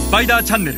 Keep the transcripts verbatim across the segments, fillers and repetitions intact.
スパイダーチャンネル。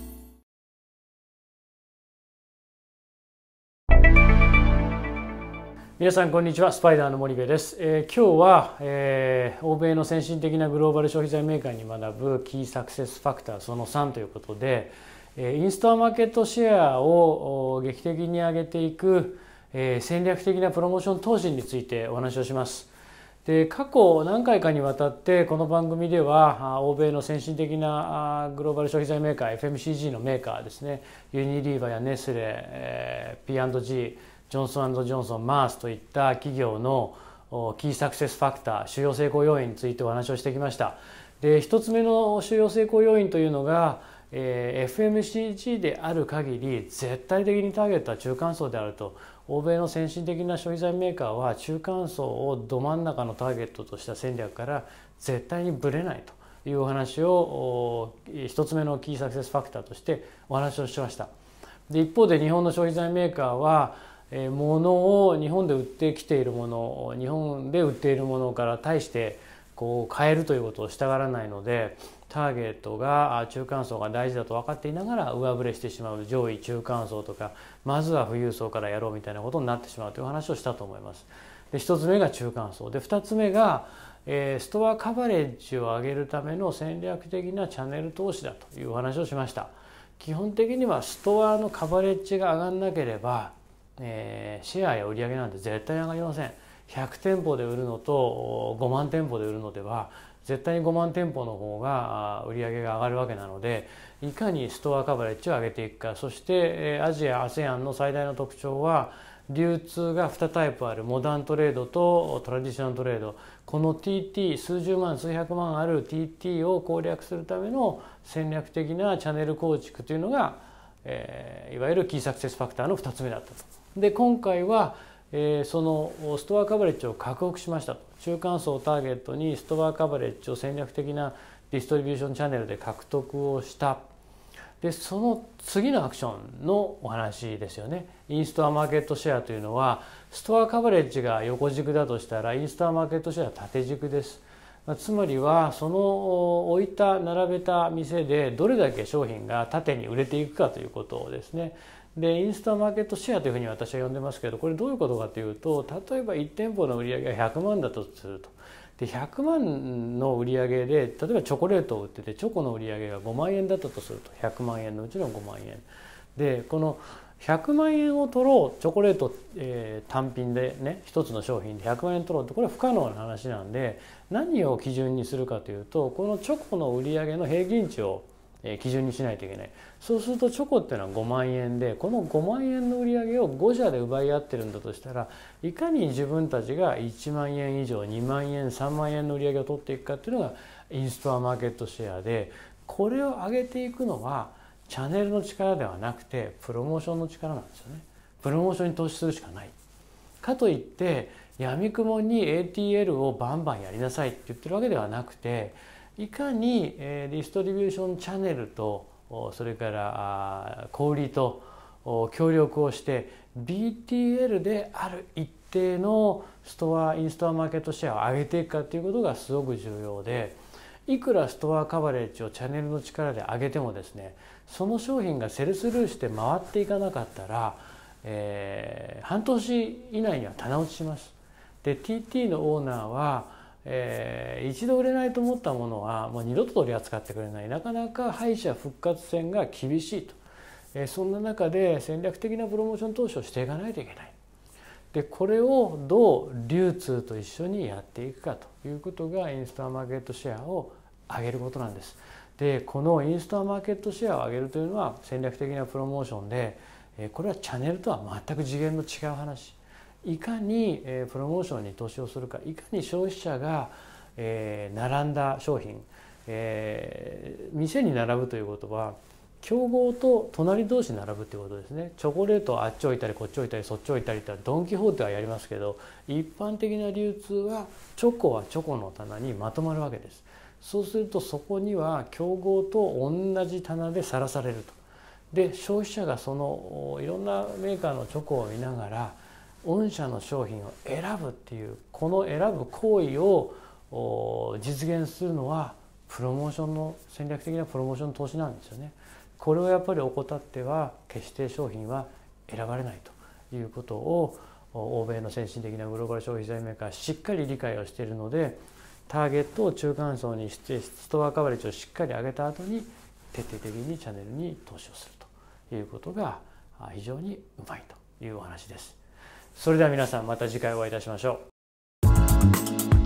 皆さんこんにちは、スパイダーの森部です。えー、今日は、えー、欧米の先進的なグローバル消費財メーカーに学ぶキーサクセスファクターそのさんということで、えー、インストアマーケットシェアを劇的に上げていく、えー、戦略的なプロモーション投資についてお話をします。で過去何回かにわたってこの番組では欧米の先進的なグローバル消費財メーカー エフエムシージー のメーカーですね、ユニリーバやネスレ、えー、ピーアンドジー、ジョンソン&ジョンソン、マースといった企業のキーサクセスファクター、主要成功要因についてお話をしてきました。で一つ目の主要成功要因というのが、えー、エフエムシージー である限り絶対的にターゲットは中間層であると。欧米の先進的な消費財メーカーは中間層をど真ん中のターゲットとした戦略から絶対にぶれないというお話を一つ目のキーサクセスファクターとしてお話をしました。で一方で日本の消費財メーカーは物を日本で売ってきているもの、日本で売っているものから対してこう変えるということをしたがらないので、ターゲットが中間層が大事だと分かっていながら上振れしてしまう上位中間層とか、まずは富裕層からやろうみたいなことになってしまうという話をしたと思います。で一つ目が中間層で、二つ目が、えー、ストアカバレッジを上げるための戦略的なチャンネル投資だというお話をしました。基本的にはストアのカバレッジが上がんなければ、えー、シェアや売上なんて絶対に上がりません。ひゃくてんぽで売るのとごまんてんぽで売るのでは絶対にごまんてんぽの方が売上が上がるわけなので、いかにストアカバレッジを上げていくか。そしてアジア アセアン の最大の特徴は流通がにタイプあるモダントレードとトラディショナルトレード。この ティーティー 数十万数百万ある ティーティー を攻略するための戦略的なチャンネル構築というのが、えー、いわゆるキーサクセスファクターのふたつめだったと。で今回はえー、そのストアカバレッジを獲得しましたと。中間層をターゲットにストアカバレッジを戦略的なディストリビューションチャンネルで獲得をした。でその次のアクションのお話ですよね。インストアマーケットシェアというのはストアカバレッジが横軸だとしたらインストアマーケットシェアは縦軸です。つまりはその置いた並べた店でどれだけ商品が縦に売れていくかということですね。でインスタマーケットシェアというふうに私は呼んでますけど、これどういうことかというと、例えばいち店舗の売り上げがひゃくまんだとすると。でひゃくまんの売り上げで例えばチョコレートを売っててチョコの売り上げがごまんえんだったとすると、ひゃくまんえんのうちのごまんえんで、このひゃくまんえんを取ろう、チョコレート、えー、単品でね一つの商品でひゃくまんえん取ろうって、これは不可能な話なんで、何を基準にするかというと、このチョコの売り上げの平均値を基準にしないといけない。そうするとチョコっていうのはごまんえんで、このごまんえんの売り上げをご社で奪い合ってるんだとしたら、いかに自分たちがいちまんえん以上にまんえんさんまんえんの売り上げを取っていくかっていうのがインストアマーケットシェアで、これを上げていくのはチャンネルの力ではなくてプロモーションの力なんですよね。プロモーションに投資するしかない。かといって闇雲に エーティーエル をバンバンやりなさいって言ってるわけではなくて、いかにディストリビューションチャンネルとそれから小売と協力をして ビーティーエル である一定のストアインストアマーケットシェアを上げていくかということがすごく重要で、いくらストアカバレッジをチャンネルの力で上げてもですね、その商品がセルスルーして回っていかなかったら、えー、半年以内には棚落ちします。で ティーティー のオーナーはえー、一度売れないと思ったものはもう二度と取り扱ってくれない。なかなか敗者復活戦が厳しいと、えー、そんな中で戦略的なプロモーション投資をしていかないといけない。でこれをどう流通と一緒にやっていくかということがインストアマーケットシェアを上げることなんです。でこのインストアマーケットシェアを上げるというのは戦略的なプロモーションで、えー、これはチャンネルとは全く次元の違う話。いかにプロモーションに投資をするか、いかに消費者が並んだ商品、店に並ぶということは競合と隣同士並ぶということですね。チョコレートをあっち置いたりこっち置いたりそっち置いたりってドン・キホーテはやりますけど、一般的な流通はチョコはチョコの棚にまとまるわけです。そうするとそこには競合と同じ棚でさらされると。で消費者がそのいろんなメーカーのチョコを見ながら御社の商品を選ぶっていう、この選ぶ行為を実現するのはプロモーションの戦略的なプロモーションの投資なんですよね。これをやっぱり怠っては決して商品は選ばれないということを欧米の先進的なグローバル消費財メーカーはしっかり理解をしているので、ターゲットを中間層にしてストアカバレッジをしっかり上げた後に徹底的にチャンネルに投資をするということが非常にうまいというお話です。それでは皆さんまた次回お会いいたしましょう。